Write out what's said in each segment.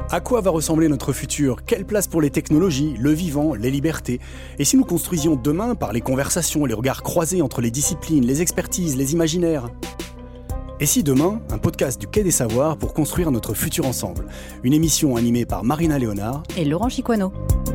À quoi va ressembler notre futur ? Quelle place pour les technologies, le vivant, les libertés ? Et si nous construisions demain par les conversations, les regards croisés entre les disciplines, les expertises, les imaginaires ? Et si demain, un podcast du Quai des Savoirs pour construire notre futur ensemble ? Une émission animée par Marina Léonard et Laurent Chicoineau.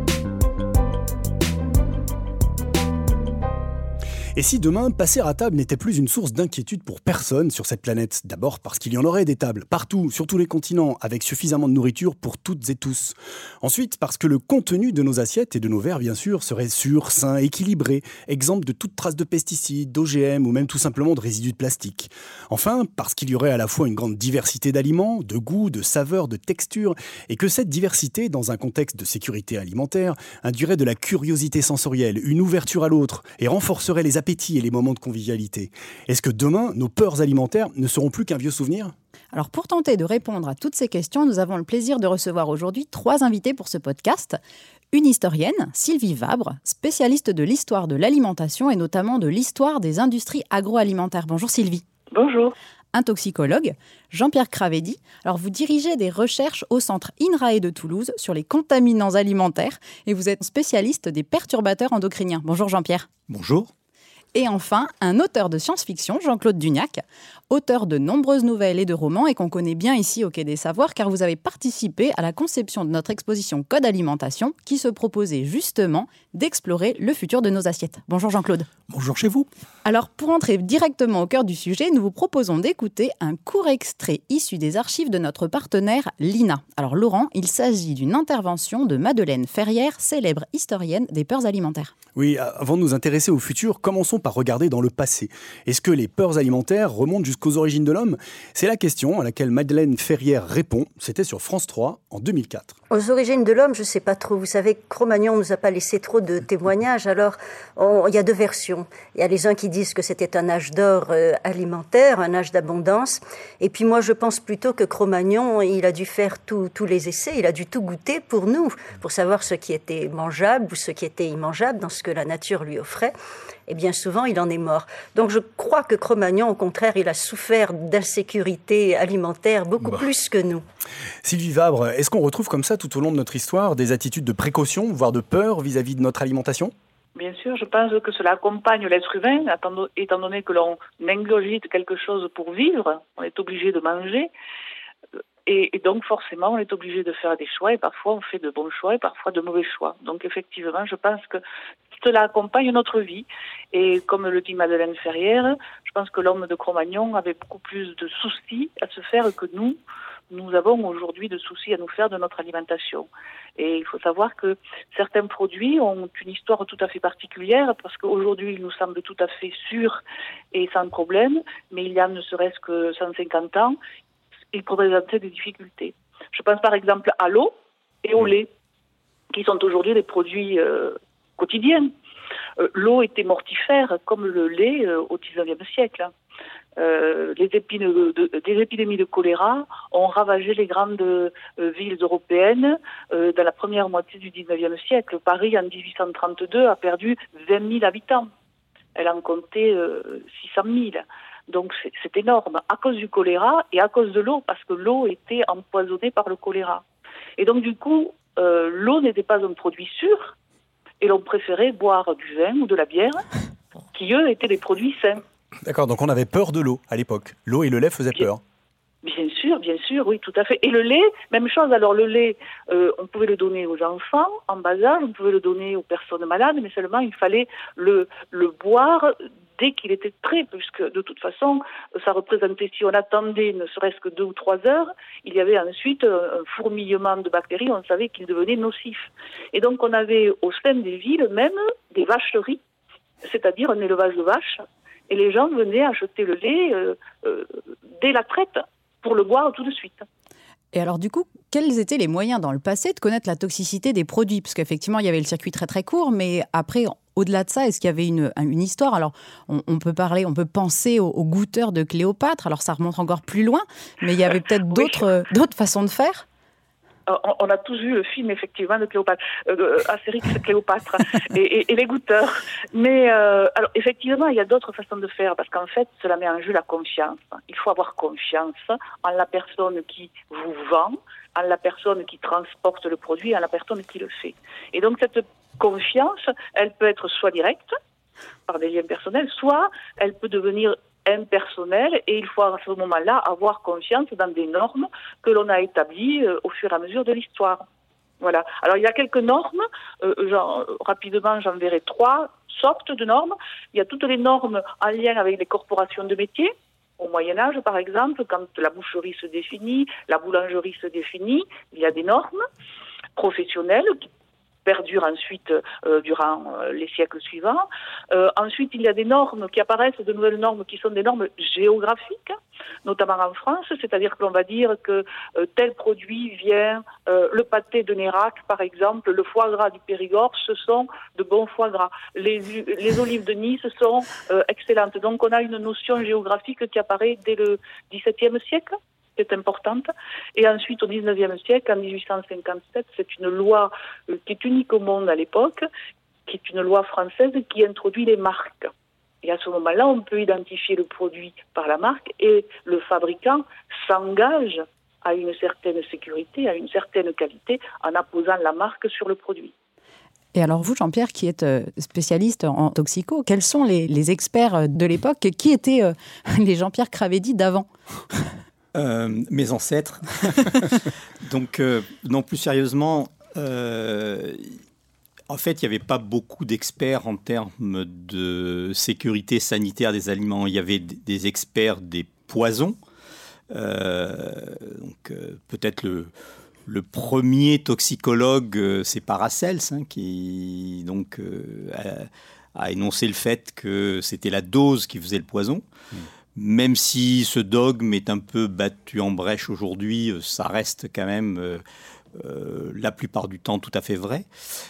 Et si demain, passer à table n'était plus une source d'inquiétude pour personne sur cette planète ? D'abord parce qu'il y en aurait des tables partout, sur tous les continents, avec suffisamment de nourriture pour toutes et tous. Ensuite, parce que le contenu de nos assiettes et de nos verres, bien sûr, serait sûr, sain, équilibré, exempt de toute trace de pesticides, d'OGM ou même tout simplement de résidus de plastique. Enfin, parce qu'il y aurait à la fois une grande diversité d'aliments, de goûts, de saveurs, de textures, et que cette diversité, dans un contexte de sécurité alimentaire, induirait de la curiosité sensorielle, une ouverture à l'autre, et renforcerait les appétits et les moments de convivialité. Est-ce que demain, nos peurs alimentaires ne seront plus qu'un vieux souvenir ? Alors pour tenter de répondre à toutes ces questions, nous avons le plaisir de recevoir aujourd'hui 3 invités pour ce podcast. Une historienne, Sylvie Vabre, spécialiste de l'histoire de l'alimentation et notamment de l'histoire des industries agroalimentaires. Bonjour Sylvie. Bonjour. Un toxicologue, Jean-Pierre Cravedi. Alors vous dirigez des recherches au centre INRAE de Toulouse sur les contaminants alimentaires et vous êtes spécialiste des perturbateurs endocriniens. Bonjour Jean-Pierre. Bonjour. Et enfin, un auteur de science-fiction, Jean-Claude Dugnac, auteur de nombreuses nouvelles et de romans et qu'on connaît bien ici au Quai des Savoirs car vous avez participé à la conception de notre exposition Code Alimentation qui se proposait justement d'explorer le futur de nos assiettes. Bonjour Jean-Claude. Bonjour chez vous. Alors pour entrer directement au cœur du sujet, nous vous proposons d'écouter un court extrait issu des archives de notre partenaire l'INA. Alors Laurent, il s'agit d'une intervention de Madeleine Ferrière, célèbre historienne des peurs alimentaires. Oui, avant de nous intéresser au futur, commençons par regarder dans le passé. Est-ce que les peurs alimentaires remontent jusqu'aux origines de l'homme ? C'est la question à laquelle Madeleine Ferrière répond. C'était sur France 3 en 2004. Aux origines de l'homme, je ne sais pas trop. Vous savez, Cro-Magnon ne nous a pas laissé trop de témoignages. Alors, il y a 2 versions. Il y a les uns qui disent que c'était un âge d'or alimentaire, un âge d'abondance. Et puis moi, je pense plutôt que Cro-Magnon, il a dû faire tous les essais. Il a dû tout goûter pour nous, pour savoir ce qui était mangeable ou ce qui était immangeable dans ce que la nature lui offrait. Et bien souvent, il en est mort. Donc je crois que Cro-Magnon, au contraire, il a souffert d'insécurité alimentaire beaucoup plus que nous. Sylvie Vabre, est-ce qu'on retrouve comme ça tout au long de notre histoire des attitudes de précaution, voire de peur vis-à-vis de notre alimentation ? Bien sûr, je pense que cela accompagne l'être humain, étant donné que l'on ingurgite quelque chose pour vivre, on est obligé de manger. Et donc, forcément, on est obligé de faire des choix, et parfois on fait de bons choix, et parfois de mauvais choix. Donc, effectivement, je pense que cela accompagne notre vie. Et comme le dit Madeleine Ferrière, je pense que l'homme de Cro-Magnon avait beaucoup plus de soucis à se faire que nous avons aujourd'hui de soucis à nous faire de notre alimentation. Et il faut savoir que certains produits ont une histoire tout à fait particulière, parce qu'aujourd'hui, ils nous semblent tout à fait sûrs et sans problème, mais il y a ne serait-ce que 150 ans, ils présentaient des difficultés. Je pense par exemple à l'eau et au lait, qui sont aujourd'hui des produits quotidiens. L'eau était mortifère, comme le lait au XIXe siècle. Des épidémies de choléra ont ravagé les grandes villes européennes dans la première moitié du XIXe siècle. Paris, en 1832, a perdu 20 000 habitants. Elle en comptait 600 000. Donc c'est énorme, à cause du choléra et à cause de l'eau, parce que l'eau était empoisonnée par le choléra. Et donc du coup, l'eau n'était pas un produit sûr, et l'on préférait boire du vin ou de la bière, qui eux étaient des produits sains. D'accord, donc on avait peur de l'eau à l'époque. L'eau et le lait faisaient peur. Bien sûr, oui, tout à fait. Et le lait, même chose. Alors le lait, on pouvait le donner aux enfants en bas âge, on pouvait le donner aux personnes malades, mais seulement il fallait le boire dès qu'il était prêt, puisque de toute façon, ça représentait, si on attendait ne serait-ce que 2 ou 3 heures, il y avait ensuite un fourmillement de bactéries, on savait qu'il devenait nocif. Et donc on avait au sein des villes même des vacheries, c'est-à-dire un élevage de vaches, et les gens venaient acheter le lait dès la traite pour le boire tout de suite. Et alors du coup, quels étaient les moyens dans le passé de connaître la toxicité des produits ? Parce qu'effectivement, il y avait le circuit très très court, mais après, au-delà de ça, est-ce qu'il y avait une histoire ? Alors, on peut penser aux goûteurs de Cléopâtre, alors ça remonte encore plus loin, mais il y avait peut-être d'autres façons de faire ? On a tous vu le film, effectivement, de Cléopâtre, Astérix Cléopâtre et les goûteurs. Mais alors, effectivement, il y a d'autres façons de faire, parce qu'en fait, cela met en jeu la confiance. Il faut avoir confiance en la personne qui vous vend, en la personne qui transporte le produit, en la personne qui le fait. Et donc cette confiance, elle peut être soit directe, par des liens personnels, soit elle peut devenir impersonnelle, et il faut à ce moment-là avoir confiance dans des normes que l'on a établies au fur et à mesure de l'histoire. Voilà. Alors il y a quelques normes, rapidement j'en verrai 3 sortes de normes. Il y a toutes les normes en lien avec les corporations de métiers. Au Moyen-Âge, par exemple, quand la boucherie se définit, la boulangerie se définit, il y a des normes professionnelles qui perdurent ensuite durant les siècles suivants. Ensuite, il y a des normes qui apparaissent, de nouvelles normes qui sont des normes géographiques, notamment en France, c'est-à-dire que l'on va dire que tel produit vient, le pâté de Nérac, par exemple, le foie gras du Périgord, ce sont de bons foie gras. Les olives de Nice sont excellentes. Donc on a une notion géographique qui apparaît dès le XVIIe siècle, qui est importante. Et ensuite, au XIXe siècle, en 1857, c'est une loi qui est unique au monde à l'époque, qui est une loi française qui introduit les marques. Et à ce moment-là, on peut identifier le produit par la marque et le fabricant s'engage à une certaine sécurité, à une certaine qualité en apposant la marque sur le produit. Et alors vous, Jean-Pierre, qui êtes spécialiste en toxico, quels sont les experts de l'époque? Qui étaient les Jean-Pierre Cravedi d'avant? Mes ancêtres. Donc, non, plus sérieusement, en fait, il n'y avait pas beaucoup d'experts en termes de sécurité sanitaire des aliments. Il y avait des experts des poisons. Peut-être le premier toxicologue, c'est Paracels, qui donc a énoncé le fait que c'était la dose qui faisait le poison. Même si ce dogme est un peu battu en brèche aujourd'hui, ça reste quand même la plupart du temps tout à fait vrai.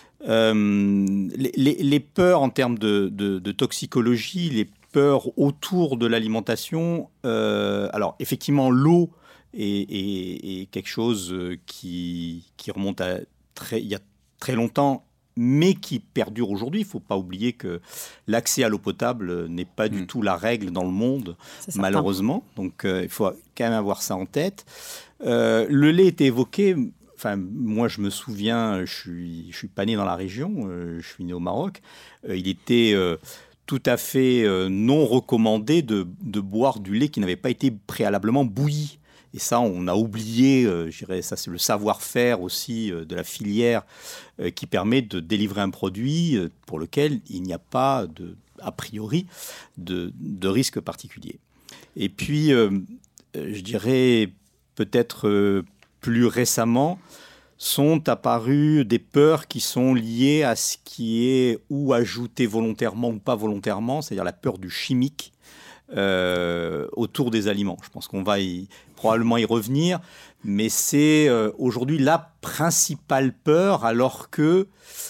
Les peurs en termes de toxicologie, les peurs autour de l'alimentation, alors effectivement l'eau est quelque chose qui remonte il y a très longtemps, mais qui perdure aujourd'hui. Il ne faut pas oublier que l'accès à l'eau potable n'est pas du tout la règle dans le monde, malheureusement. Donc, il faut quand même avoir ça en tête. Le lait était évoqué. Enfin, moi, je me souviens, je suis pas né dans la région, je suis né au Maroc. Il était tout à fait non recommandé de boire du lait qui n'avait pas été préalablement bouilli. Et ça, on a oublié, je dirais, ça c'est le savoir-faire aussi de la filière qui permet de délivrer un produit pour lequel il n'y a pas, a priori, de risque particulier. Et puis, je dirais, peut-être plus récemment, sont apparues des peurs qui sont liées à ce qui est ou ajouté volontairement ou pas volontairement, c'est-à-dire la peur du chimique autour des aliments. Je pense qu'on va probablement y revenir, mais c'est aujourd'hui la principale peur, alors que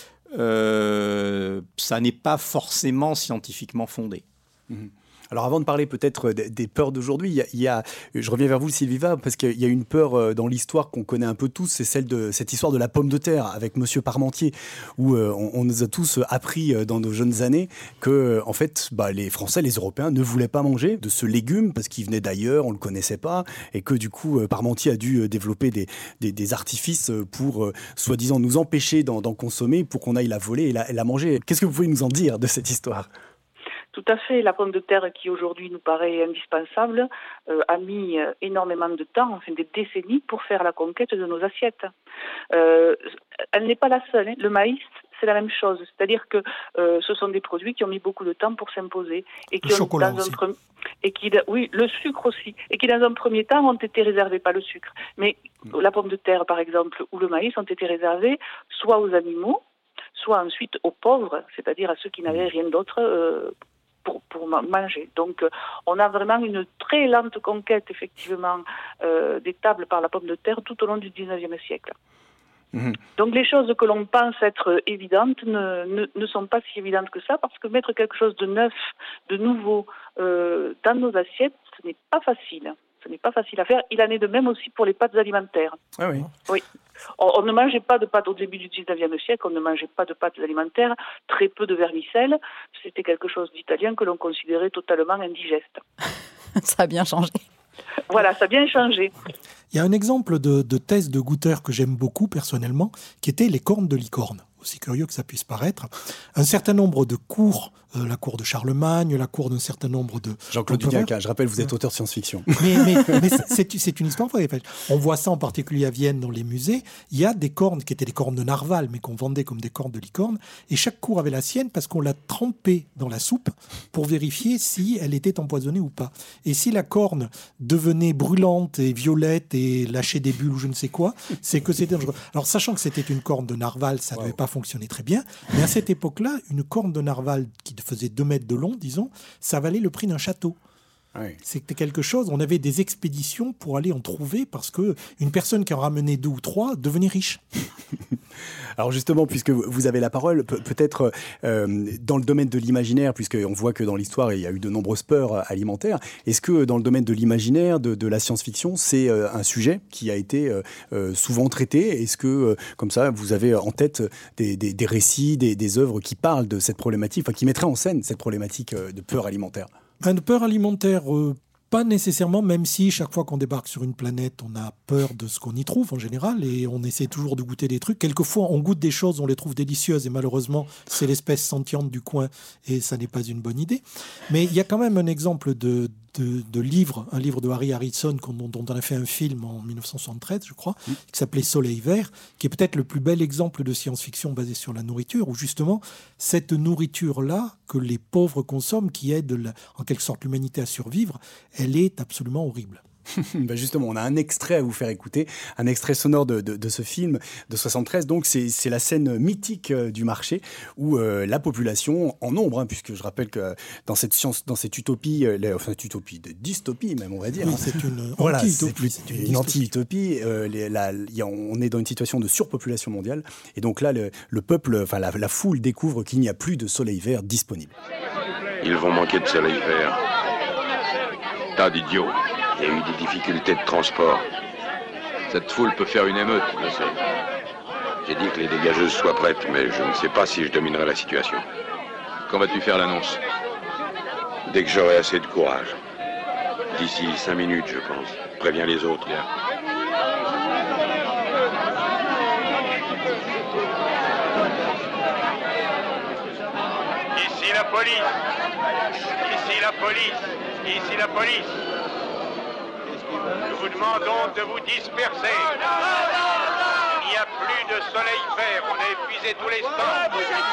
ça n'est pas forcément scientifiquement fondé. Alors avant de parler peut-être des peurs d'aujourd'hui, je reviens vers vous Sylvie Vabre, parce qu'il y a une peur dans l'histoire qu'on connaît un peu tous, c'est celle de cette histoire de la pomme de terre avec Monsieur Parmentier, où on nous a tous appris dans nos jeunes années que en fait, les Français, les Européens ne voulaient pas manger de ce légume parce qu'il venait d'ailleurs, on ne le connaissait pas, et que du coup Parmentier a dû développer des artifices pour soi-disant nous empêcher d'en consommer, pour qu'on aille la voler et la manger. Qu'est-ce que vous pouvez nous en dire de cette histoire ? Tout à fait. La pomme de terre qui aujourd'hui nous paraît indispensable a mis énormément de temps, enfin des décennies, pour faire la conquête de nos assiettes. Elle n'est pas la seule. Le maïs, c'est la même chose. C'est-à-dire que ce sont des produits qui ont mis beaucoup de temps pour s'imposer. Et qui le chocolat aussi. Oui, le sucre aussi. Et qui, dans un premier temps, ont été réservés, pas le sucre. Mais la pomme de terre, par exemple, ou le maïs ont été réservés soit aux animaux, soit ensuite aux pauvres, c'est-à-dire à ceux qui n'avaient rien d'autre pour manger. Donc, on a vraiment une très lente conquête, effectivement, des tables par la pomme de terre tout au long du XIXe siècle. Donc, les choses que l'on pense être évidentes ne sont pas si évidentes que ça, parce que mettre quelque chose de neuf, de nouveau dans nos assiettes, ce n'est pas facile. Ce n'est pas facile à faire. Il en est de même aussi pour les pâtes alimentaires. Ah oui. Oui. On ne mangeait pas de pâtes au début du XIXe siècle, on ne mangeait pas de pâtes alimentaires, très peu de vermicelles. C'était quelque chose d'italien que l'on considérait totalement indigeste. Ça a bien changé. Voilà, ça a bien changé. Il y a un exemple de thèse de Guter que j'aime beaucoup personnellement, qui était les cornes de licorne. Aussi curieux que ça puisse paraître. Un certain nombre de cours, la cour de Charlemagne, la cour d'un certain nombre de... Jean-Claude Dudiaca, je rappelle, vous êtes auteur de science-fiction. Mais c'est une histoire vraie. On voit ça en particulier à Vienne dans les musées. Il y a des cornes qui étaient des cornes de narval, mais qu'on vendait comme des cornes de licorne. Et chaque cour avait la sienne parce qu'on l'a trempée dans la soupe pour vérifier si elle était empoisonnée ou pas. Et si la corne devenait brûlante et violette et lâchait des bulles ou je ne sais quoi, c'est que c'était dangereux. Alors, sachant que c'était une corne de narval, ça ne devait pas fonctionner très bien. Mais à cette époque-là, une corne de narval qui faisait 2 mètres de long, disons, ça valait le prix d'un château. Oui. C'était quelque chose, on avait des expéditions pour aller en trouver parce qu'une personne qui en ramenait 2 ou 3 devenait riche. Alors justement, puisque vous avez la parole, peut-être dans le domaine de l'imaginaire, puisqu'on voit que dans l'histoire, il y a eu de nombreuses peurs alimentaires, est-ce que dans le domaine de l'imaginaire, de la science-fiction, c'est un sujet qui a été souvent traité ? Est-ce que, comme ça, vous avez en tête des récits, des œuvres qui parlent de cette problématique, enfin, qui mettraient en scène cette problématique de peur alimentaire ? De peur alimentaire, pas nécessairement, même si chaque fois qu'on débarque sur une planète, on a peur de ce qu'on y trouve en général et on essaie toujours de goûter des trucs. Quelquefois, on goûte des choses, on les trouve délicieuses et malheureusement, c'est l'espèce sentiente du coin et ça n'est pas une bonne idée. Mais il y a quand même un exemple de livre, un livre de Harry Harrison dont on a fait un film en 1973, je crois, qui s'appelait Soleil vert, qui est peut-être le plus bel exemple de science-fiction basé sur la nourriture, où justement, cette nourriture-là que les pauvres consomment, qui aide en quelque sorte l'humanité à survivre, elle est absolument horrible. Ben justement, on a un extrait à vous faire écouter, un extrait sonore de ce film de 73. Donc, c'est la scène mythique du marché où la population, en nombre, puisque je rappelle que dans cette utopie, dystopie même, on va dire. Oui, c'est une anti-utopie. C'est une anti-utopie. On est dans une situation de surpopulation mondiale. Et donc là, le peuple, enfin la foule découvre qu'il n'y a plus de soleil vert disponible. Ils vont manquer de soleil vert. Tas d'idiots. Il y a eu des difficultés de transport. Cette foule peut faire une émeute, je sais. J'ai dit que les dégageuses soient prêtes, mais je ne sais pas si je dominerai la situation. Quand vas-tu faire l'annonce ? Dès que j'aurai assez de courage. D'ici 5 minutes, je pense. Préviens les autres, bien. Ici la police. Ici la police. Ici la police. Nous vous demandons de vous disperser. Il n'y a plus de soleil vert. On a épuisé tous les stands.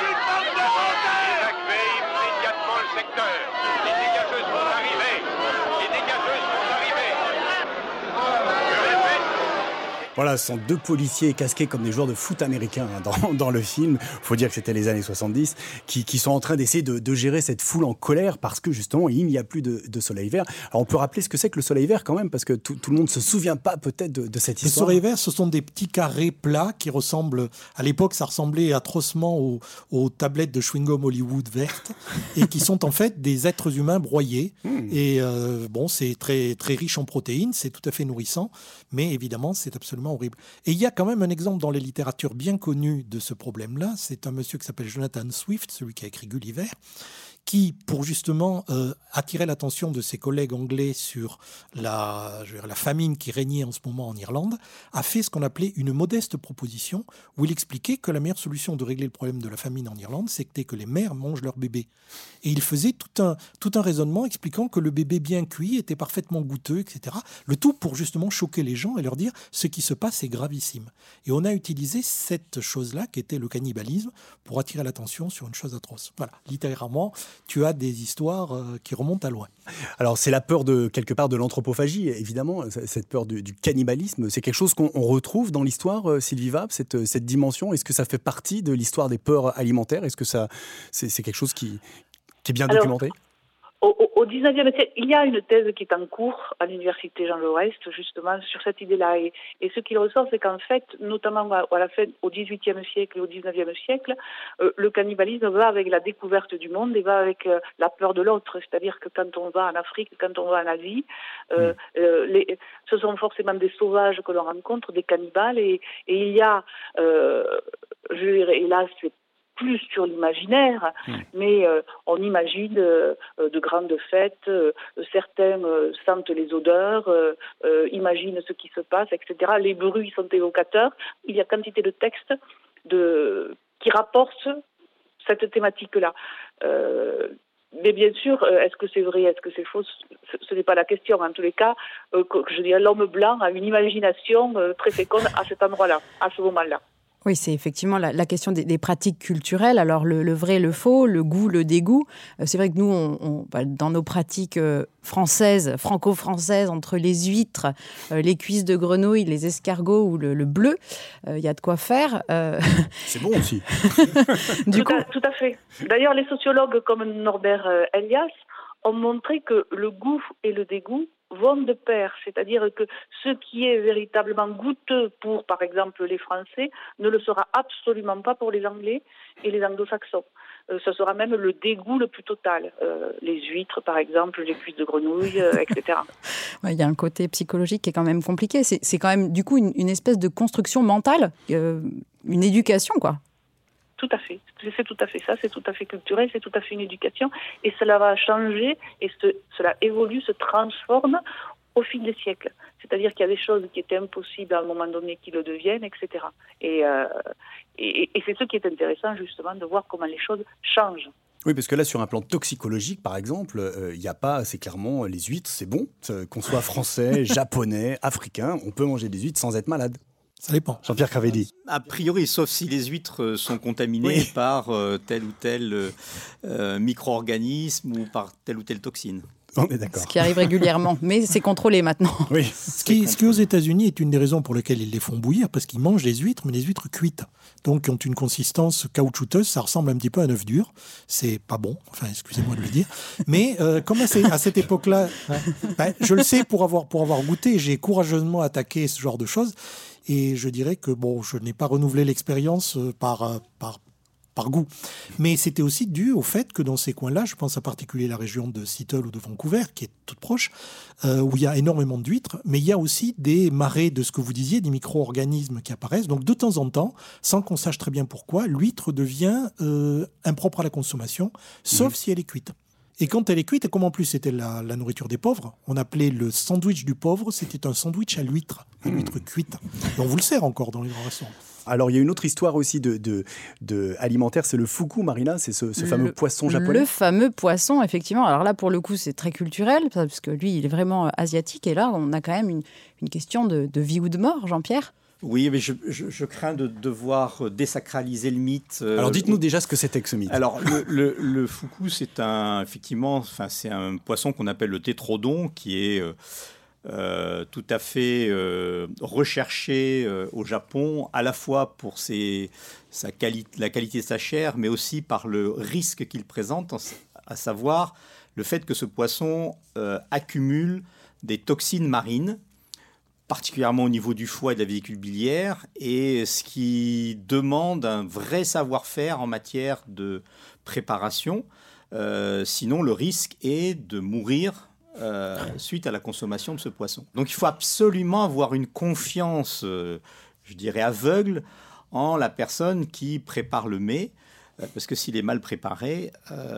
Évacuez immédiatement le secteur. Les dégageuses vont arriver. Les dégageuses vont arriver. Je répète. Voilà, ce sont 2 policiers casqués comme des joueurs de foot américains dans le film. Il faut dire que c'était les années 70, qui sont en train d'essayer de gérer cette foule en colère parce que justement, il n'y a plus de soleil vert. Alors on peut rappeler ce que c'est que le soleil vert quand même, parce que tout le monde ne se souvient pas peut-être de cette histoire. Le soleil vert, ce sont des petits carrés plats qui ressemblent, à l'époque ça ressemblait atrocement aux tablettes de chewing-gum Hollywood vertes et qui sont en fait des êtres humains broyés. Et c'est très, très riche en protéines, c'est tout à fait nourrissant, mais évidemment c'est absolument horrible. Et il y a quand même un exemple dans les littératures bien connues de ce problème-là. C'est un monsieur qui s'appelle Jonathan Swift, celui qui a écrit Gulliver, qui, pour justement attirer l'attention de ses collègues anglais sur la famine qui régnait en ce moment en Irlande, a fait ce qu'on appelait une modeste proposition où il expliquait que la meilleure solution de régler le problème de la famine en Irlande, c'était que les mères mangent leur bébé. Et il faisait tout un raisonnement expliquant que le bébé bien cuit était parfaitement goûteux, etc. Le tout pour justement choquer les gens et leur dire ce qui se passe est gravissime. Et on a utilisé cette chose-là, qui était le cannibalisme, pour attirer l'attention sur une chose atroce. Voilà, littéralement, tu as des histoires qui remontent à loin. Alors, c'est la peur quelque part de l'anthropophagie, évidemment, cette peur du cannibalisme. C'est quelque chose qu'on retrouve dans l'histoire, Sylvie Vabre, cette dimension. Est-ce que ça fait partie de l'histoire des peurs alimentaires ? Est-ce que c'est quelque chose qui est bien documenté ? Au 19e siècle, il y a une thèse qui est en cours à l'université Jean Jaurès, justement, sur cette idée-là. Et ce qu'il ressort, c'est qu'en fait, notamment à la fin, au 18e siècle et au 19e siècle, le cannibalisme va avec la découverte du monde et va avec la peur de l'autre. C'est-à-dire que quand on va en Afrique, quand on va en Asie, ce sont forcément des sauvages que l'on rencontre, des cannibales. Et il y a, je dirais, hélas, c'est plus sur l'imaginaire, mais on imagine de grandes fêtes, certains sentent les odeurs, imaginent ce qui se passe, etc. Les bruits sont évocateurs. Il y a quantité de textes qui rapportent cette thématique-là. Mais bien sûr, est-ce que c'est vrai, est-ce que c'est faux, ce n'est pas la question. En tous les cas, je dirais, l'homme blanc a une imagination très féconde à cet endroit-là, à ce moment-là. Oui, c'est effectivement la question des pratiques culturelles. Alors, le vrai, le faux, le goût, le dégoût. C'est vrai que nous, dans nos pratiques françaises, franco-françaises, entre les huîtres, les cuisses de grenouille, les escargots ou le bleu, il y a de quoi faire. C'est bon aussi. Tout à fait. D'ailleurs, les sociologues comme Norbert Elias ont montré que le goût et le dégoût vont de pair, c'est-à-dire que ce qui est véritablement goûteux pour, par exemple, les Français, ne le sera absolument pas pour les Anglais et les Anglo-Saxons. Ce sera même le dégoût le plus total. Les huîtres, par exemple, les cuisses de grenouille, etc. Ouais, il y a un côté psychologique qui est quand même compliqué. C'est quand même, du coup, une espèce de construction mentale, une éducation, quoi. Tout à fait. C'est tout à fait ça, c'est tout à fait culturel, c'est tout à fait une éducation. Et cela va changer, et cela évolue, se transforme au fil des siècles. C'est-à-dire qu'il y a des choses qui étaient impossibles à un moment donné qui le deviennent, etc. Et c'est ce qui est intéressant, justement, de voir comment les choses changent. Oui, parce que là, sur un plan toxicologique, par exemple, il n'y a pas, c'est clairement, les huîtres, c'est bon. Qu'on soit français, japonais, africain, on peut manger des huîtres sans être malade. Ça dépend. Jean-Pierre Cravelli. A priori, sauf si les huîtres sont contaminées par tel ou tel micro-organisme ou par telle ou telle toxine. On est d'accord. Ce qui arrive régulièrement, mais c'est contrôlé maintenant. Oui. Ce qui aux États-Unis est une des raisons pour lesquelles ils les font bouillir, parce qu'ils mangent les huîtres, mais les huîtres cuites. Donc, qui ont une consistance caoutchouteuse, ça ressemble un petit peu à un œuf dur. C'est pas bon, enfin, excusez-moi de le dire. Mais comme à cette époque-là, je le sais pour avoir goûté, j'ai courageusement attaqué ce genre de choses. Et je dirais que je n'ai pas renouvelé l'expérience par goût. Mais c'était aussi dû au fait que dans ces coins-là, je pense en particulier à la région de Seattle ou de Vancouver, qui est toute proche, où il y a énormément d'huîtres, mais il y a aussi des marées de ce que vous disiez, des micro-organismes qui apparaissent. Donc de temps en temps, sans qu'on sache très bien pourquoi, l'huître devient impropre à la consommation, sauf si elle est cuite. Et quand elle est cuite, et comme en plus c'était la nourriture des pauvres, on appelait le sandwich du pauvre, c'était un sandwich à l'huître cuite. Et on vous le sert encore dans les grands restaurants. Alors, il y a une autre histoire aussi de alimentaire, c'est le fuku, Marina, c'est ce fameux poisson japonais. Le fameux poisson, effectivement. Alors là, pour le coup, c'est très culturel, parce que lui, il est vraiment asiatique. Et là, on a quand même une question de vie ou de mort, Jean-Pierre. Oui, mais je crains de devoir désacraliser le myte. Alors dites-nous déjà ce que c'était que ce mythe. Alors le fuku, c'est un poisson qu'on appelle le tétrodon, qui est tout à fait recherché au Japon, à la fois pour la qualité de sa chair, mais aussi par le risque qu'il présente, à savoir le fait que ce poisson accumule des toxines marines, particulièrement au niveau du foie et de la vésicule biliaire, et ce qui demande un vrai savoir-faire en matière de préparation. Sinon, le risque est de mourir suite à la consommation de ce poisson. Donc il faut absolument avoir une confiance, je dirais aveugle, en la personne qui prépare le mets, parce que s'il est mal préparé,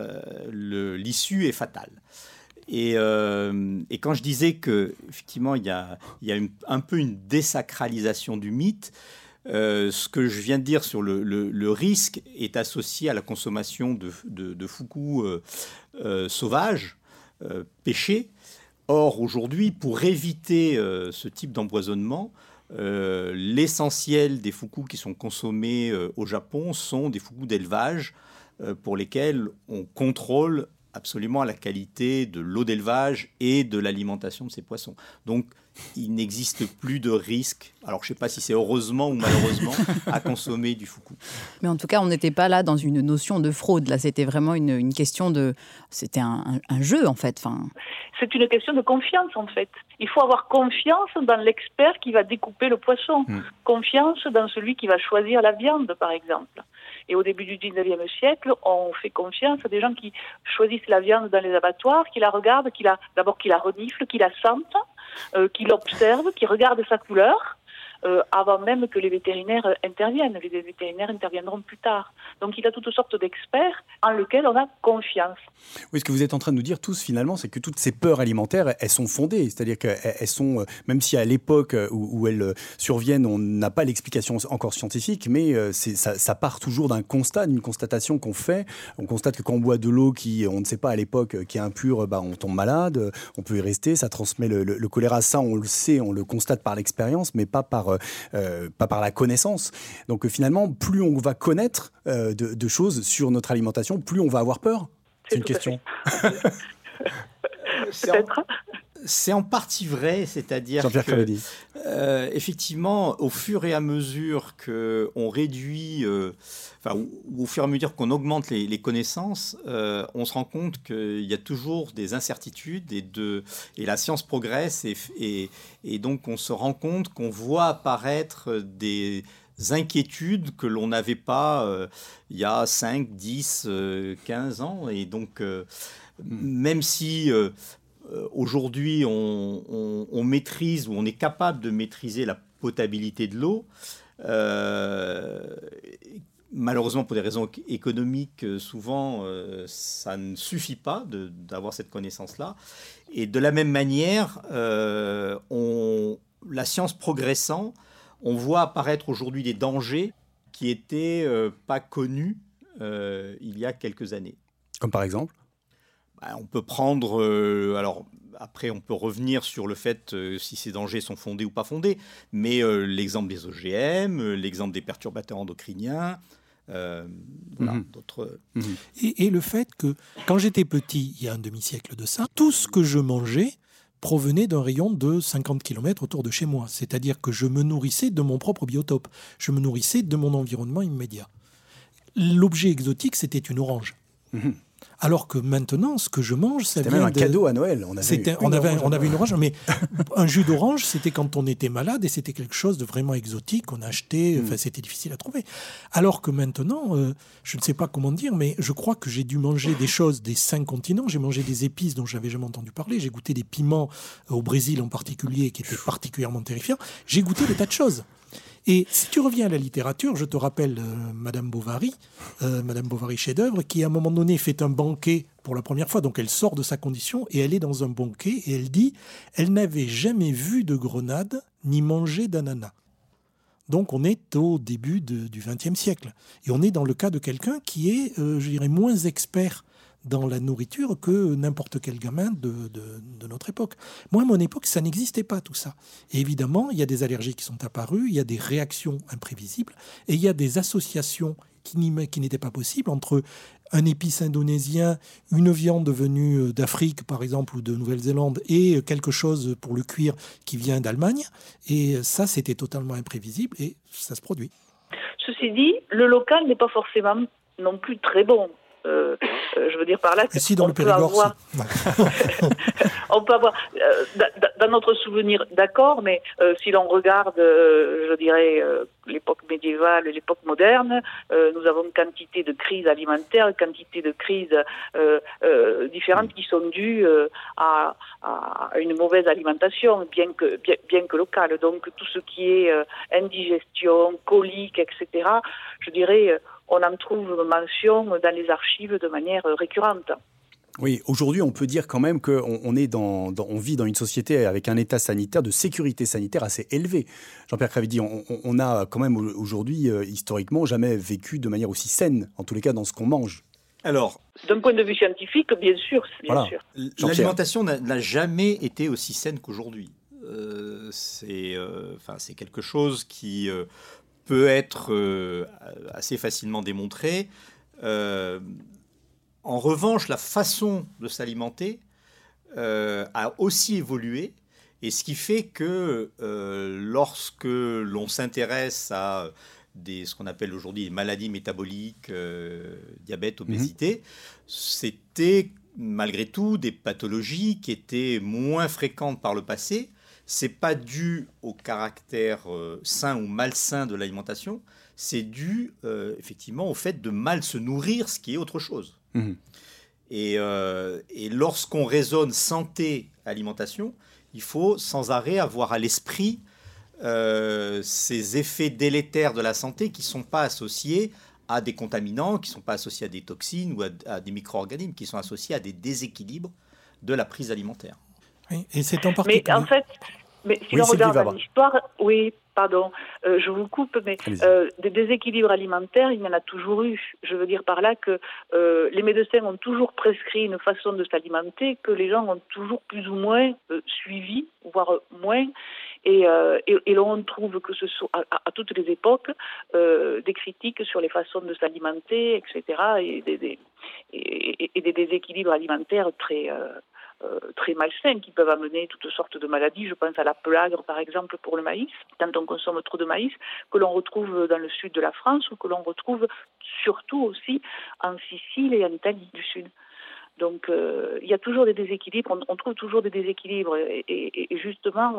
l'issue est fatale. Et quand je disais qu'effectivement, il y a un peu une désacralisation du mythe, ce que je viens de dire sur le risque est associé à la consommation de fuku sauvage, pêché. Or, aujourd'hui, pour éviter ce type d'empoisonnement, l'essentiel des fuku qui sont consommés au Japon sont des fuku d'élevage pour lesquels on contrôle absolument la qualité de l'eau d'élevage et de l'alimentation de ces poissons. Donc, il n'existe plus de risque, alors je ne sais pas si c'est heureusement ou malheureusement, à consommer du fuku. Mais en tout cas, on n'était pas là dans une notion de fraude. Là, c'était vraiment une question de... C'était un jeu, en fait. C'est une question de confiance, en fait. Il faut avoir confiance dans l'expert qui va découper le poisson. Confiance dans celui qui va choisir la viande, par exemple. Et au début du 19e siècle, on fait confiance à des gens qui choisissent la viande dans les abattoirs, qui la regardent, d'abord qui la reniflent, qui la sentent, qui l'observent, qui regardent sa couleur, avant même que les vétérinaires interviennent. Les vétérinaires interviendront plus tard. Donc il a toutes sortes d'experts en lesquels on a confiance. Oui, ce que vous êtes en train de nous dire tous, finalement, c'est que toutes ces peurs alimentaires, elles sont fondées. C'est-à-dire qu'elles sont, même si à l'époque où elles surviennent, on n'a pas l'explication encore scientifique, mais ça part toujours d'un constat, d'une constatation qu'on fait. On constate que quand on boit de l'eau qui, on ne sait pas à l'époque, qui est impure, on tombe malade, on peut y rester, ça transmet le choléra. Ça, on le sait, on le constate par l'expérience, mais pas par la connaissance. Donc finalement, plus on va connaître de choses sur notre alimentation, plus on va avoir peur. C'est une question. C'est en partie vrai, c'est-à-dire Jean-Pierre Cavedy. Effectivement, au fur et à mesure qu'on réduit, ou au fur et à mesure qu'on augmente les connaissances, on se rend compte qu'il y a toujours des incertitudes et la science progresse et donc on se rend compte qu'on voit apparaître des inquiétudes que l'on n'avait pas il y a 5, 10, 15 ans. Et donc, même si aujourd'hui on maîtrise ou on est capable de maîtriser la potabilité de l'eau, malheureusement pour des raisons économiques, souvent ça ne suffit pas d'avoir cette connaissance-là. Et de la même manière, la science progressant, on voit apparaître aujourd'hui des dangers qui n'étaient pas connus il y a quelques années. Comme par exemple ? On peut prendre... alors, après, on peut revenir sur le fait si ces dangers sont fondés ou pas fondés, mais l'exemple des OGM, l'exemple des perturbateurs endocriniens, d'autres... Et le fait que, quand j'étais petit, il y a un demi-siècle de ça, tout ce que je mangeais provenait d'un rayon de 50 km autour de chez moi. C'est-à-dire que je me nourrissais de mon propre biotope. Je me nourrissais de mon environnement immédiat. L'objet exotique, c'était une orange. Alors que maintenant, ce que je mange, ça c'était vient même un cadeau à Noël. On avait une orange, mais un jus d'orange, c'était quand on était malade et c'était quelque chose de vraiment exotique. On achetait, c'était difficile à trouver. Alors que maintenant, je ne sais pas comment dire, mais je crois que j'ai dû manger des choses des 5 continents. J'ai mangé des épices dont je n'avais jamais entendu parler. J'ai goûté des piments au Brésil en particulier qui étaient particulièrement terrifiants. J'ai goûté des tas de choses. Et si tu reviens à la littérature, je te rappelle Madame Bovary chef-d'œuvre, qui à un moment donné fait un banquet pour la première fois, donc elle sort de sa condition et elle est dans un banquet et elle dit « Elle n'avait jamais vu de grenade ni mangé d'ananas ». Donc on est au début du XXe siècle. Et on est dans le cas de quelqu'un qui est, je dirais, moins expert dans la nourriture que n'importe quel gamin de notre époque. Moi, à mon époque, ça n'existait pas, tout ça. Et évidemment, il y a des allergies qui sont apparues, il y a des réactions imprévisibles, et il y a des associations qui n'étaient pas possibles entre un épice indonésien, une viande venue d'Afrique, par exemple, ou de Nouvelle-Zélande, et quelque chose pour le cuir qui vient d'Allemagne. Et ça, c'était totalement imprévisible, et ça se produit. Ceci dit, le local n'est pas forcément non plus très bon. Je veux dire par là si dans le Périgord, on peut avoir dans notre souvenir, d'accord, mais si l'on regarde, je dirais, l'époque médiévale et l'époque moderne, nous avons une quantité de crises alimentaires, une quantité de crises différentes qui sont dues à une mauvaise alimentation, bien que locale. Donc tout ce qui est indigestion, colique, etc., je dirais... on en trouve mention dans les archives de manière récurrente. Oui, aujourd'hui, on peut dire quand même qu'on vit dans une société avec un état sanitaire, de sécurité sanitaire assez élevé. Jean-Pierre Cavedy, on a quand même aujourd'hui, historiquement, jamais vécu de manière aussi saine, en tous les cas dans ce qu'on mange. Alors, d'un point de vue scientifique, bien sûr. L'alimentation n'a jamais été aussi saine qu'aujourd'hui. C'est quelque chose qui... peut être assez facilement démontré. En revanche, la façon de s'alimenter a aussi évolué, et ce qui fait que lorsque l'on s'intéresse à ce qu'on appelle aujourd'hui des maladies métaboliques, diabète, obésité, c'était malgré tout des pathologies qui étaient moins fréquentes par le passé. C'est pas dû au caractère sain ou malsain de l'alimentation, c'est dû effectivement au fait de mal se nourrir, ce qui est autre chose. Et lorsqu'on raisonne santé-alimentation, il faut sans arrêt avoir à l'esprit ces effets délétères de la santé qui ne sont pas associés à des contaminants, qui ne sont pas associés à des toxines ou à des micro-organismes, qui sont associés à des déséquilibres de la prise alimentaire. Oui, et c'est en particulier... Mais en fait, si on regarde l'histoire, je vous coupe, mais des déséquilibres alimentaires, il y en a toujours eu. Je veux dire par là que les médecins ont toujours prescrit une façon de s'alimenter que les gens ont toujours plus ou moins suivi, voire moins. Et l'on trouve que ce sont à toutes les époques des critiques sur les façons de s'alimenter, etc. Et des déséquilibres alimentaires très malsains qui peuvent amener toutes sortes de maladies. Je pense à la pelagre, par exemple, pour le maïs, quand on consomme trop de maïs, que l'on retrouve dans le sud de la France ou que l'on retrouve surtout aussi en Sicile et en Italie du Sud. Donc, il y a toujours des déséquilibres, on trouve toujours des déséquilibres et justement,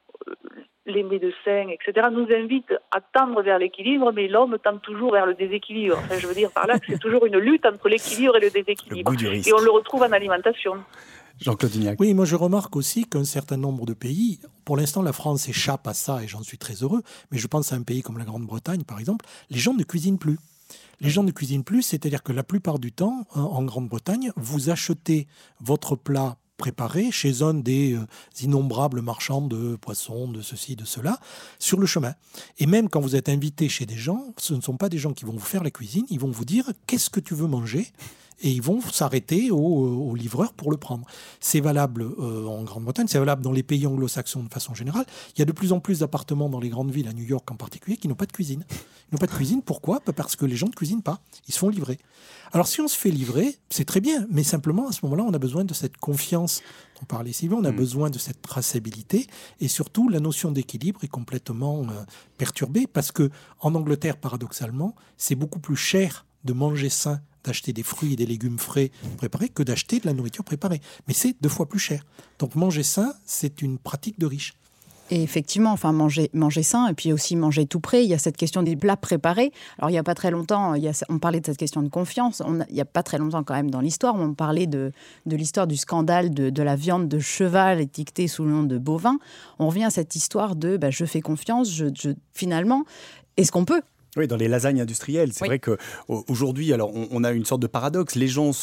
les médecins, etc., nous invitent à tendre vers l'équilibre, mais l'homme tend toujours vers le déséquilibre. Enfin, je veux dire par là que c'est toujours une lutte entre l'équilibre et le déséquilibre. Le goût du risque. Et on le retrouve en alimentation. Jean-Claude Dignac. Oui, moi je remarque aussi qu'un certain nombre de pays, pour l'instant la France échappe à ça et j'en suis très heureux, mais je pense à un pays comme la Grande-Bretagne par exemple, les gens ne cuisinent plus. Les gens ne cuisinent plus, c'est-à-dire que la plupart du temps, en Grande-Bretagne, vous achetez votre plat préparé chez un des innombrables marchands de poissons, de ceci, de cela, sur le chemin. Et même quand vous êtes invité chez des gens, ce ne sont pas des gens qui vont vous faire la cuisine, ils vont vous dire « qu'est-ce que tu veux manger ?» et ils vont s'arrêter au livreur pour le prendre. C'est valable en Grande-Bretagne, c'est valable dans les pays anglo-saxons de façon générale. Il y a de plus en plus d'appartements dans les grandes villes, à New York en particulier, qui n'ont pas de cuisine. Ils n'ont pas de cuisine, pourquoi ? Parce que les gens ne cuisinent pas, ils se font livrer. Alors si on se fait livrer, c'est très bien, mais simplement à ce moment-là, on a besoin de cette confiance dont parlait Sylvain, on a besoin de cette traçabilité, et surtout la notion d'équilibre est complètement perturbée, parce que en Angleterre, paradoxalement, c'est beaucoup plus cher de manger sain, d'acheter des fruits et des légumes frais préparés que d'acheter de la nourriture préparée. Mais c'est 2 fois plus cher. Donc manger sain, c'est une pratique de riche. Et effectivement, enfin manger sain et puis aussi manger tout prêt. Il y a cette question des plats préparés. Alors il n'y a pas très longtemps, on parlait de cette question de confiance. Il n'y a pas très longtemps quand même dans l'histoire, on parlait de l'histoire du scandale de la viande de cheval étiquetée sous le nom de bovin. On revient à cette histoire de je fais confiance, finalement, est-ce qu'on peut ? Oui, dans les lasagnes industrielles, c'est vrai qu'aujourd'hui, alors on a une sorte de paradoxe. Les gens,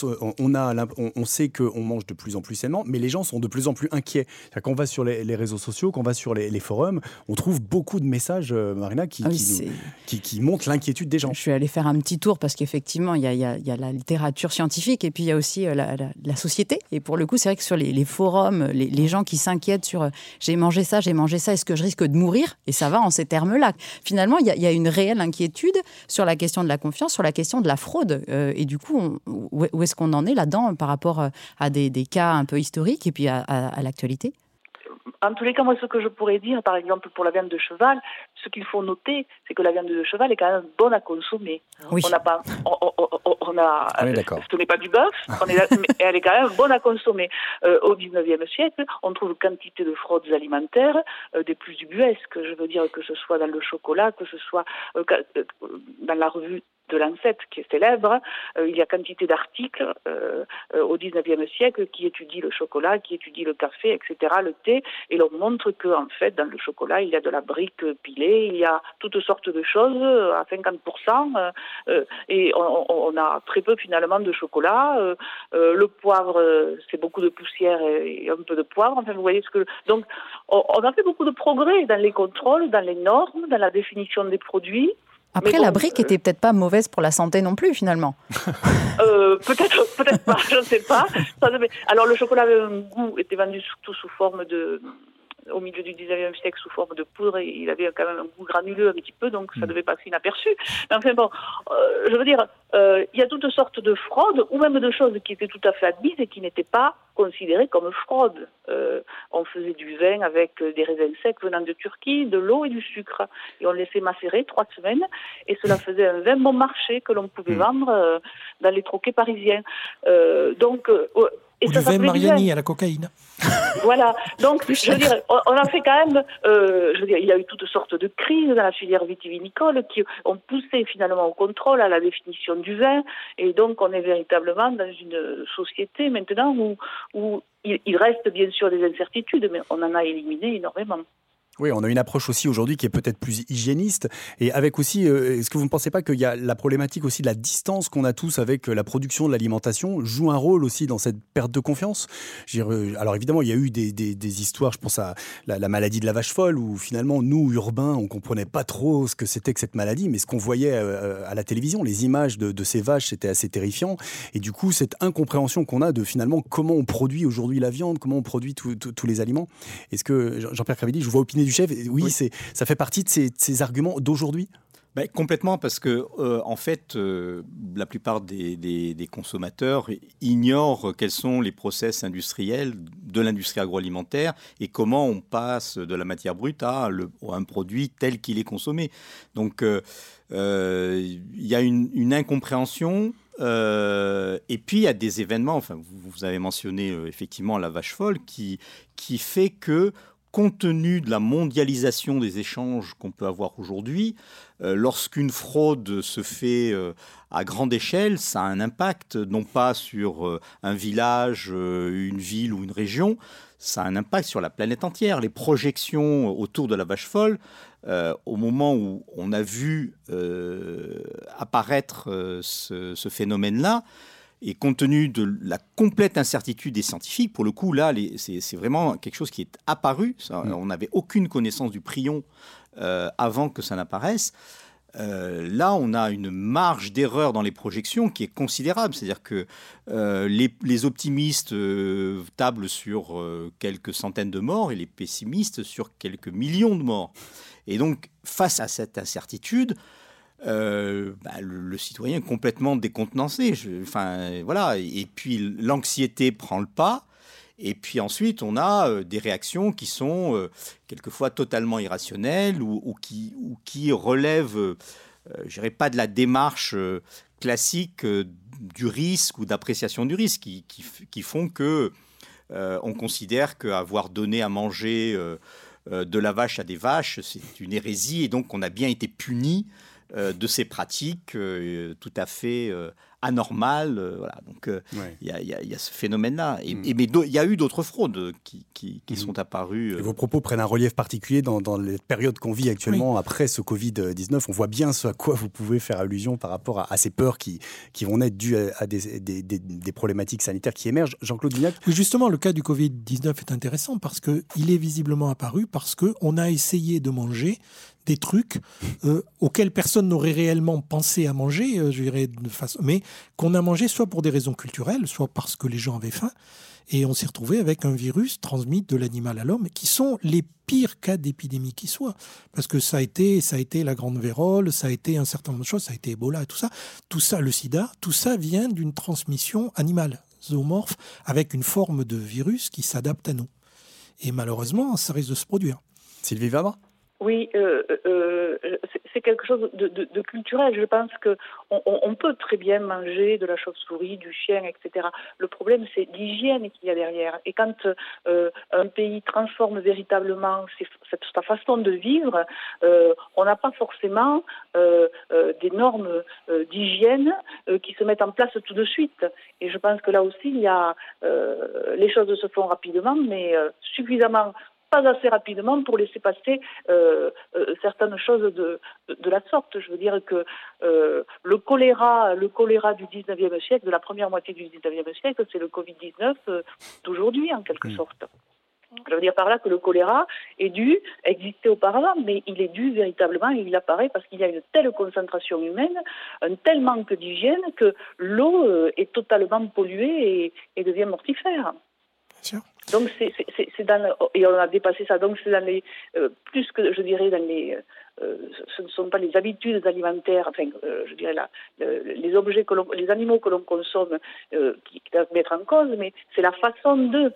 on sait qu'on mange de plus en plus sainement, mais les gens sont de plus en plus inquiets. C'est-à-dire qu'on va sur les réseaux sociaux, qu'on va sur les forums, on trouve beaucoup de messages, Marina, qui montrent l'inquiétude des gens. Je suis allée faire un petit tour parce qu'effectivement, il y a la littérature scientifique et puis il y a aussi la société. Et pour le coup, c'est vrai que sur les forums, les gens qui s'inquiètent sur j'ai mangé ça, est-ce que je risque de mourir ? Et ça va en ces termes-là. Finalement, il y a une réelle inquiétude sur la question de la confiance, sur la question de la fraude. Et du coup, où est-ce qu'on en est là-dedans par rapport à des cas un peu historiques et puis à l'actualité ? En tous les cas, moi, ce que je pourrais dire, par exemple, pour la viande de cheval, ce qu'il faut noter, c'est que la viande de cheval est quand même bonne à consommer. Oui. Ce n'est pas du bœuf, mais elle est quand même bonne à consommer. Au 19e siècle, on trouve quantité de fraudes alimentaires, des plus ubuesques. Je veux dire que ce soit dans le chocolat, que ce soit dans la revue de Lancet, qui est célèbre. Il y a quantité d'articles au 19e siècle qui étudient le chocolat, qui étudient le café, etc., le thé, et l'on montre qu'en fait, dans le chocolat, il y a de la brique pilée, il y a toutes sortes de choses à 50%, et on a très peu finalement de chocolat. Le poivre, c'est beaucoup de poussière et un peu de poivre. Enfin, vous voyez ce que... Donc, on a fait beaucoup de progrès dans les contrôles, dans les normes, dans la définition des produits. Après, la brique était peut-être pas mauvaise pour la santé non plus, finalement. Peut-être pas, je ne sais pas. Alors, le chocolat avait un goût, était vendu surtout sous forme au milieu du 19e siècle, sous forme de poudre, et il avait quand même un goût granuleux un petit peu, donc ça devait passer inaperçu. Mais enfin bon, je veux dire, il y a toutes sortes de fraudes, ou même de choses qui étaient tout à fait admises et qui n'étaient pas considérées comme fraude. On faisait du vin avec des raisins secs venant de Turquie, de l'eau et du sucre. Et on laissait macérer 3 semaines, et cela faisait un vin bon marché que l'on pouvait vendre dans les troquets parisiens. Et ou du vin Mariani à la cocaïne. Voilà. Donc, je veux dire, on a fait quand même... il y a eu toutes sortes de crises dans la filière vitivinicole qui ont poussé finalement au contrôle, à la définition du vin. Et donc, on est véritablement dans une société maintenant où il reste bien sûr des incertitudes, mais on en a éliminé énormément. Oui, on a une approche aussi aujourd'hui qui est peut-être plus hygiéniste et avec aussi, est-ce que vous ne pensez pas qu'il y a la problématique aussi de la distance qu'on a tous avec la production de l'alimentation joue un rôle aussi dans cette perte de confiance? Alors évidemment, il y a eu des histoires, je pense à la maladie de la vache folle où finalement, nous, urbains, on ne comprenait pas trop ce que c'était que cette maladie, mais ce qu'on voyait à la télévision, les images de ces vaches, c'était assez terrifiant. Et du coup, cette incompréhension qu'on a de finalement comment on produit aujourd'hui la viande, comment on produit tous les aliments. Est-ce que, Jean-Pierre Cravelli, je vous vois opiner du chef, oui. Ça fait partie de ces arguments d'aujourd'hui? Complètement, parce que en fait, la plupart des consommateurs ignorent quels sont les process industriels de l'industrie agroalimentaire et comment on passe de la matière brute à un produit tel qu'il est consommé. Donc, il y a une incompréhension. Et puis, il y a des événements, enfin, vous avez mentionné effectivement la vache folle, qui fait que, compte tenu de la mondialisation des échanges qu'on peut avoir aujourd'hui, lorsqu'une fraude se fait à grande échelle, ça a un impact non pas sur un village, une ville ou une région, ça a un impact sur la planète entière. Les projections autour de la vache folle, au moment où on a vu apparaître ce phénomène-là, et compte tenu de la complète incertitude des scientifiques, pour le coup, là, c'est vraiment quelque chose qui est apparu. On n'avait aucune connaissance du prion avant que ça n'apparaisse. Là, on a une marge d'erreur dans les projections qui est considérable. C'est-à-dire que les optimistes tablent sur quelques centaines de morts et les pessimistes sur quelques millions de morts. Et donc, face à cette incertitude, le citoyen est complètement décontenancé. Voilà. Et puis l'anxiété prend le pas. Et puis ensuite, on a des réactions qui sont quelquefois totalement irrationnelles ou qui relèvent, je dirais pas de la démarche classique du risque ou d'appréciation du risque, qui font que on considère qu'avoir donné à manger de la vache à des vaches, c'est une hérésie, et donc on a bien été puni de ces pratiques tout à fait anormales. Voilà. Donc il y a ce phénomène-là. Mais il y a eu d'autres fraudes qui sont apparues. Et vos propos prennent un relief particulier dans les périodes qu'on vit actuellement après ce Covid-19. On voit bien ce à quoi vous pouvez faire allusion par rapport à ces peurs qui vont être dues à des problématiques sanitaires qui émergent. Jean-Claude Vignac? Justement, le cas du Covid-19 est intéressant parce qu'il est visiblement apparu parce qu'on a essayé de manger des trucs auxquels personne n'aurait réellement pensé à manger, je dirais, mais qu'on a mangé soit pour des raisons culturelles, soit parce que les gens avaient faim. Et on s'est retrouvé avec un virus transmis de l'animal à l'homme, qui sont les pires cas d'épidémie qui soient. Parce que ça a été la grande vérole, ça a été un certain nombre de choses, ça a été Ebola et tout ça. Tout ça, le sida, tout ça vient d'une transmission animale, zoomorphe, avec une forme de virus qui s'adapte à nous. Et malheureusement, ça risque de se produire. Sylvie Vabre? Oui, c'est quelque chose de culturel. Je pense qu'on peut très bien manger de la chauve-souris, du chien, etc. Le problème, c'est l'hygiène qu'il y a derrière. Et quand un pays transforme véritablement sa façon de vivre, on n'a pas forcément des normes d'hygiène qui se mettent en place tout de suite. Et je pense que là aussi, les choses se font rapidement, mais suffisamment pas assez rapidement pour laisser passer certaines choses de la sorte. Je veux dire que le choléra du 19e siècle, de la première moitié du 19e siècle, c'est le Covid-19 d'aujourd'hui, en quelque sorte. Je veux dire par là que le choléra est dû exister auparavant, mais il est dû véritablement, et il apparaît parce qu'il y a une telle concentration humaine, un tel manque d'hygiène que l'eau est totalement polluée et devient mortifère. Bien sûr. Donc c'est dans et on a dépassé ça. Donc c'est dans les plus que je dirais dans les ce ne sont pas les habitudes alimentaires. Enfin, je dirais là les objets les animaux que l'on consomme qui doivent mettre en cause, mais c'est la façon de.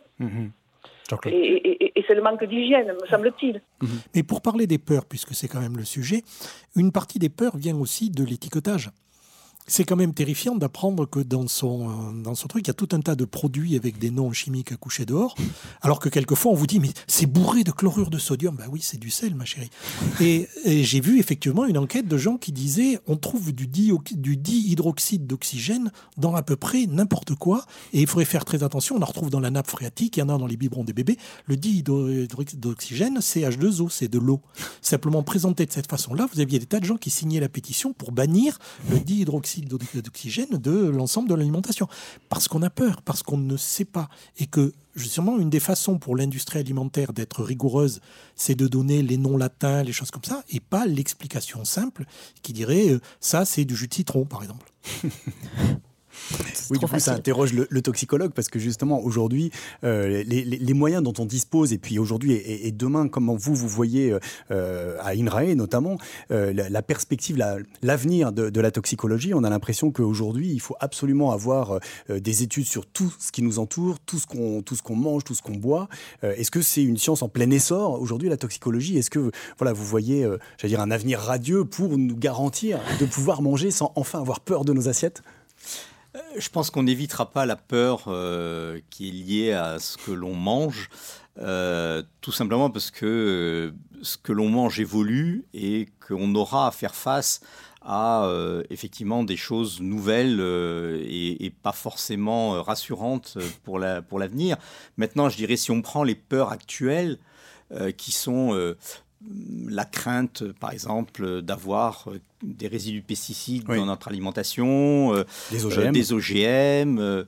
Et c'est le manque d'hygiène, me semble-t-il. Mais pour parler des peurs, puisque c'est quand même le sujet, une partie des peurs vient aussi de l'étiquetage. C'est quand même terrifiant d'apprendre que dans son truc, il y a tout un tas de produits avec des noms chimiques à coucher dehors, alors que quelquefois on vous dit mais c'est bourré de chlorure de sodium. Ben oui, c'est du sel, ma chérie. Et j'ai vu effectivement une enquête de gens qui disaient on trouve du dihydroxyde d'oxygène dans à peu près n'importe quoi, et il faudrait faire très attention. On en retrouve dans la nappe phréatique, il y en a dans les biberons des bébés. Le dihydroxyde d'oxygène, c'est H2O, c'est de l'eau. Simplement présenté de cette façon-là, vous aviez des tas de gens qui signaient la pétition pour bannir le dihydroxyde d'oxygène de l'ensemble de l'alimentation. Parce qu'on a peur, parce qu'on ne sait pas. Et que, justement, une des façons pour l'industrie alimentaire d'être rigoureuse, c'est de donner les noms latins, les choses comme ça, et pas l'explication simple qui dirait ça, c'est du jus de citron, par exemple. Oui, du coup, ça interroge le toxicologue parce que justement, aujourd'hui, les moyens dont on dispose, et puis aujourd'hui et demain, comment vous voyez à INRAE notamment, la perspective, l'avenir de la toxicologie, on a l'impression qu'aujourd'hui, il faut absolument avoir des études sur tout ce qui nous entoure, tout ce qu'on mange, tout ce qu'on boit. Est-ce que c'est une science en plein essor aujourd'hui, la toxicologie? Est-ce que voilà, vous voyez un avenir radieux pour nous garantir de pouvoir manger sans enfin avoir peur de nos assiettes? Je pense qu'on n'évitera pas la peur qui est liée à ce que l'on mange, tout simplement parce que ce que l'on mange évolue et qu'on aura à faire face à effectivement des choses nouvelles et pas forcément rassurantes pour l'avenir. Maintenant, je dirais, si on prend les peurs actuelles qui sont... la crainte, par exemple, d'avoir des résidus pesticides dans notre alimentation, des OGM.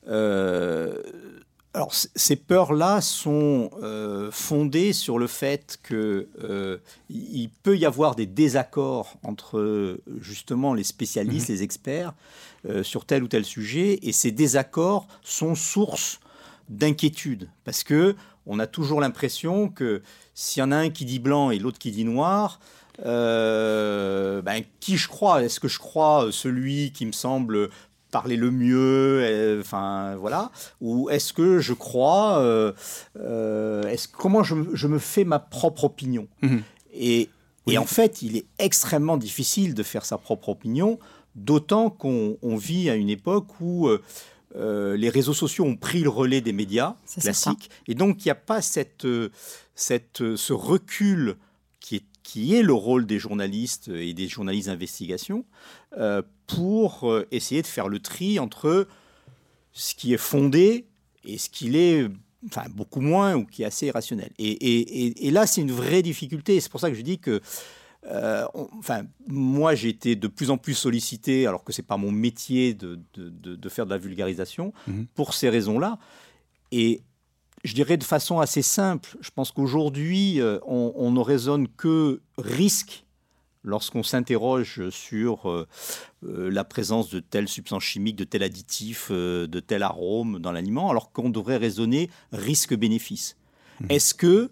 Alors, ces peurs-là sont fondées sur le fait qu'il peut y avoir des désaccords entre, justement, les spécialistes, les experts, sur tel ou tel sujet, et ces désaccords sont source d'inquiétude, parce que on a toujours l'impression que s'il y en a un qui dit blanc et l'autre qui dit noir, qui je crois? Est-ce que je crois celui qui me semble parler le mieux, voilà, ou est-ce que je crois comment je me fais ma propre opinion? Et en fait, il est extrêmement difficile de faire sa propre opinion, d'autant qu'on vit à une époque où les réseaux sociaux ont pris le relais des médias classiques, et donc il n'y a pas ce recul qui est le rôle des journalistes et des journalistes d'investigation pour essayer de faire le tri entre ce qui est fondé et ce qui l'est beaucoup moins ou qui est assez irrationnel. Et là, c'est une vraie difficulté. C'est pour ça que je dis que moi, j'ai été de plus en plus sollicité, alors que c'est pas mon métier de faire de la vulgarisation, pour ces raisons-là. Et je dirais de façon assez simple, je pense qu'aujourd'hui, on ne raisonne que risque lorsqu'on s'interroge sur la présence de telle substance chimique, de tel additif, de tel arôme dans l'aliment, alors qu'on devrait raisonner risque-bénéfice. Est-ce que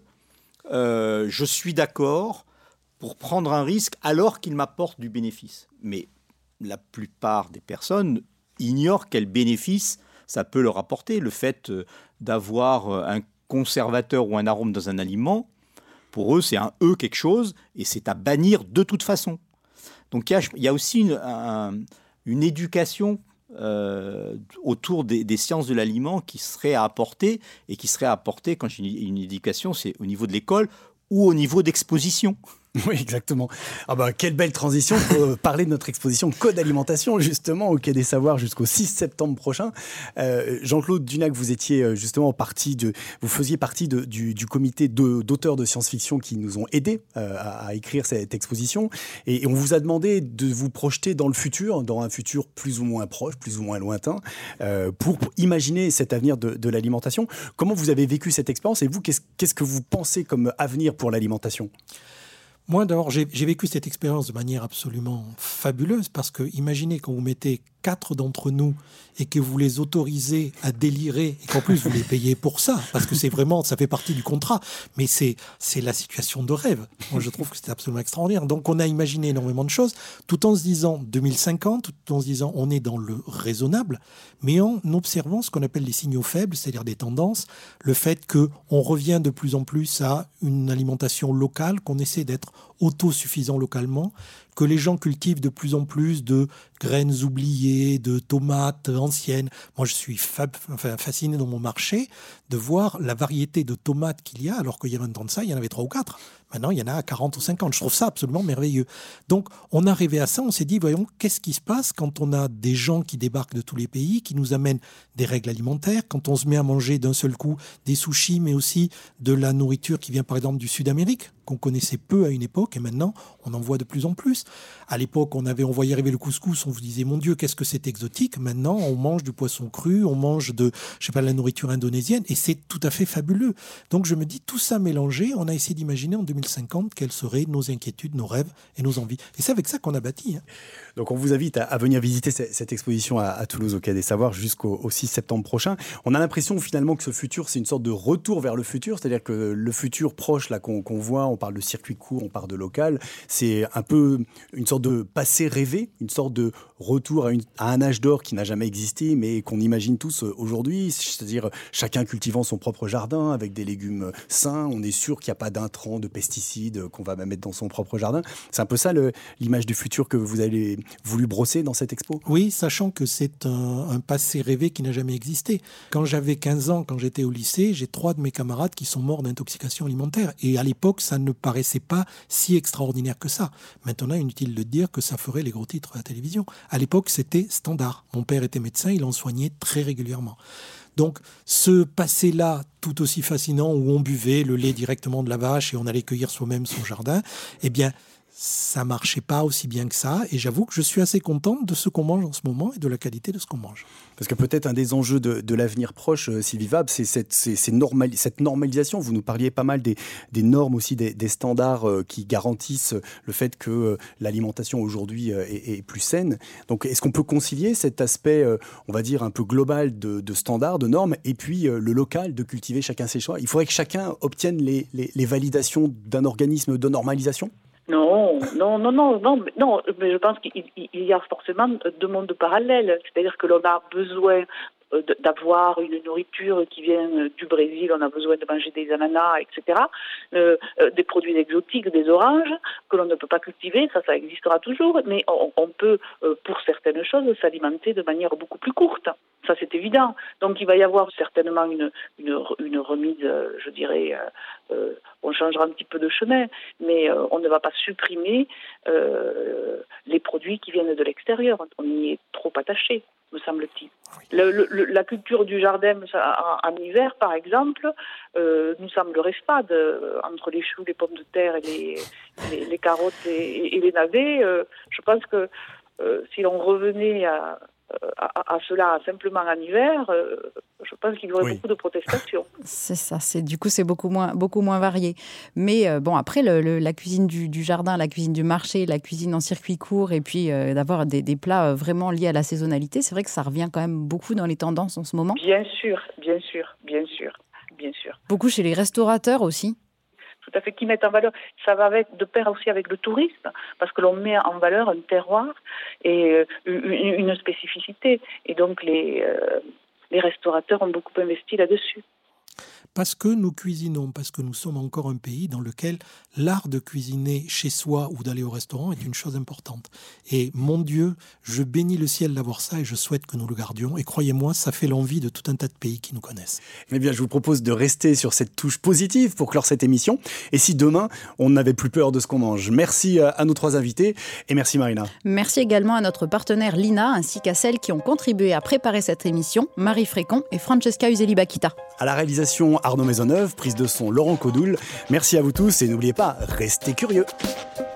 je suis d'accord pour prendre un risque alors qu'il m'apporte du bénéfice? Mais la plupart des personnes ignorent quel bénéfice ça peut leur apporter. Le fait d'avoir un conservateur ou un arôme dans un aliment, pour eux, c'est quelque chose, et c'est à bannir de toute façon. Donc il y a aussi une éducation autour des sciences de l'aliment qui serait à apporter, et qui serait à apporter, quand je dis une éducation, c'est au niveau de l'école ou au niveau d'exposition. Oui, exactement. Quelle belle transition pour parler de notre exposition Code Alimentation, justement, au Quai des Savoirs jusqu'au 6 septembre prochain. Jean-Claude Dunac, vous étiez justement vous faisiez partie du comité d'auteurs de science-fiction qui nous ont aidés à écrire cette exposition. Et on vous a demandé de vous projeter dans le futur, dans un futur plus ou moins proche, plus ou moins lointain, pour imaginer cet avenir de l'alimentation. Comment vous avez vécu cette expérience, et vous, qu'est-ce que vous pensez comme avenir pour l'alimentation ? Moi, d'abord, j'ai vécu cette expérience de manière absolument fabuleuse, parce que imaginez quand vous mettez 4 d'entre nous et que vous les autorisez à délirer et qu'en plus vous les payez pour ça, parce que ça fait partie du contrat, mais c'est la situation de rêve. Moi, je trouve que c'est absolument extraordinaire. Donc, on a imaginé énormément de choses, tout en se disant 2050, tout en se disant on est dans le raisonnable, mais en observant ce qu'on appelle les signaux faibles, c'est-à-dire des tendances, le fait qu'on revient de plus en plus à une alimentation locale, qu'on essaie d'être autosuffisant localement, que les gens cultivent de plus en plus de graines oubliées, de tomates anciennes. Moi, je suis fasciné dans mon marché de voir la variété de tomates qu'il y a, alors qu'il y a 20 ans de ça, il y en avait 3 ou 4. Maintenant, il y en a 40 ou 50. Je trouve ça absolument merveilleux. Donc, on est arrivé à ça, on s'est dit, voyons, qu'est-ce qui se passe quand on a des gens qui débarquent de tous les pays, qui nous amènent des règles alimentaires, quand on se met à manger d'un seul coup des sushis, mais aussi de la nourriture qui vient par exemple du Sud-Amérique, qu'on connaissait peu à une époque, et maintenant, on en voit de plus en plus. À l'époque, on voyait arriver le couscous, on vous disait, mon Dieu, qu'est-ce que c'est exotique. Maintenant, on mange du poisson cru, on mange de la nourriture indonésienne, et c'est tout à fait fabuleux. Donc, je me dis, tout ça mélangé, on a essayé d'imaginer en 2050 quelles seraient nos inquiétudes, nos rêves et nos envies. Et c'est avec ça qu'on a bâti. Donc, on vous invite à venir visiter cette exposition à Toulouse, au Quai des Savoirs, jusqu'au 6 septembre prochain. On a l'impression, finalement, que ce futur, c'est une sorte de retour vers le futur, c'est-à-dire que le futur proche, là, qu'on voit, on parle de circuit court, on parle de local, c'est un peu une sorte de passé rêvé, une sorte de retour à un âge d'or qui n'a jamais existé, mais qu'on imagine tous aujourd'hui, c'est-à-dire chacun cultivant son propre jardin avec des légumes sains, on est sûr qu'il n'y a pas d'intrants, de pesticides qu'on va mettre dans son propre jardin. C'est un peu ça l'image du futur que vous avez voulu brosser dans cette expo? Oui, sachant que c'est un passé rêvé qui n'a jamais existé. Quand j'avais 15 ans, quand j'étais au lycée, j'ai 3 de mes camarades qui sont morts d'intoxication alimentaire. Et à l'époque, ça ne paraissait pas si extraordinaire que ça. Maintenant, inutile de dire que ça ferait les gros titres à la télévision. À l'époque, c'était standard. Mon père était médecin, il en soignait très régulièrement. Donc, ce passé-là, tout aussi fascinant, où on buvait le lait directement de la vache et on allait cueillir soi-même son jardin, eh bien, ça marchait pas aussi bien que ça. Et j'avoue que je suis assez contente de ce qu'on mange en ce moment et de la qualité de ce qu'on mange. Parce que peut-être un des enjeux de l'avenir proche, Sylvie Vabre, c'est cette normalisation. Vous nous parliez pas mal des normes aussi, des standards qui garantissent le fait que l'alimentation aujourd'hui est plus saine. Donc, est-ce qu'on peut concilier cet aspect, on va dire, un peu global de standards, de normes, et puis le local, de cultiver chacun ses choix? Il faudrait que chacun obtienne les validations d'un organisme de normalisation? Non, mais je pense qu'il y a forcément 2 mondes parallèles. C'est-à-dire que l'on a besoin d'avoir une nourriture qui vient du Brésil, on a besoin de manger des ananas, etc., des produits exotiques, des oranges, que l'on ne peut pas cultiver, ça existera toujours, mais on peut, pour certaines choses, s'alimenter de manière beaucoup plus courte. Ça, c'est évident. Donc, il va y avoir certainement une remise, je dirais, on changera un petit peu de chemin, mais on ne va pas supprimer les produits qui viennent de l'extérieur. On y est trop attaché, me semble-t-il. La culture du jardin en hiver, par exemple, nous semblerait fade. Entre les choux, les pommes de terre et les carottes et les navets, je pense que si l'on revenait à cela simplement en hiver, je pense qu'il y aurait beaucoup de protestations. C'est ça, c'est beaucoup moins varié. Mais bon, après, la cuisine du jardin, la cuisine du marché, la cuisine en circuit court, et puis d'avoir des plats vraiment liés à la saisonnalité, c'est vrai que ça revient quand même beaucoup dans les tendances en ce moment. Bien sûr. Beaucoup chez les restaurateurs aussi. Tout à fait, qui mettent en valeur. Ça va de pair aussi avec le tourisme, parce que l'on met en valeur un terroir et une spécificité. Et donc, les restaurateurs ont beaucoup investi là-dessus. Parce que nous cuisinons, parce que nous sommes encore un pays dans lequel l'art de cuisiner chez soi ou d'aller au restaurant est une chose importante. Et mon Dieu, je bénis le ciel d'avoir ça et je souhaite que nous le gardions. Et croyez-moi, ça fait l'envie de tout un tas de pays qui nous connaissent. Eh bien, je vous propose de rester sur cette touche positive pour clore cette émission. Et si demain, on n'avait plus peur de ce qu'on mange? Merci à nos 3 invités et merci Marina. Merci également à notre partenaire Lina ainsi qu'à celles qui ont contribué à préparer cette émission, Marie Frécon et Francesca Useli-Bakita. À la réalisation, Arnaud Maisonneuve, prise de son Laurent Codoul. Merci à vous tous et n'oubliez pas, restez curieux.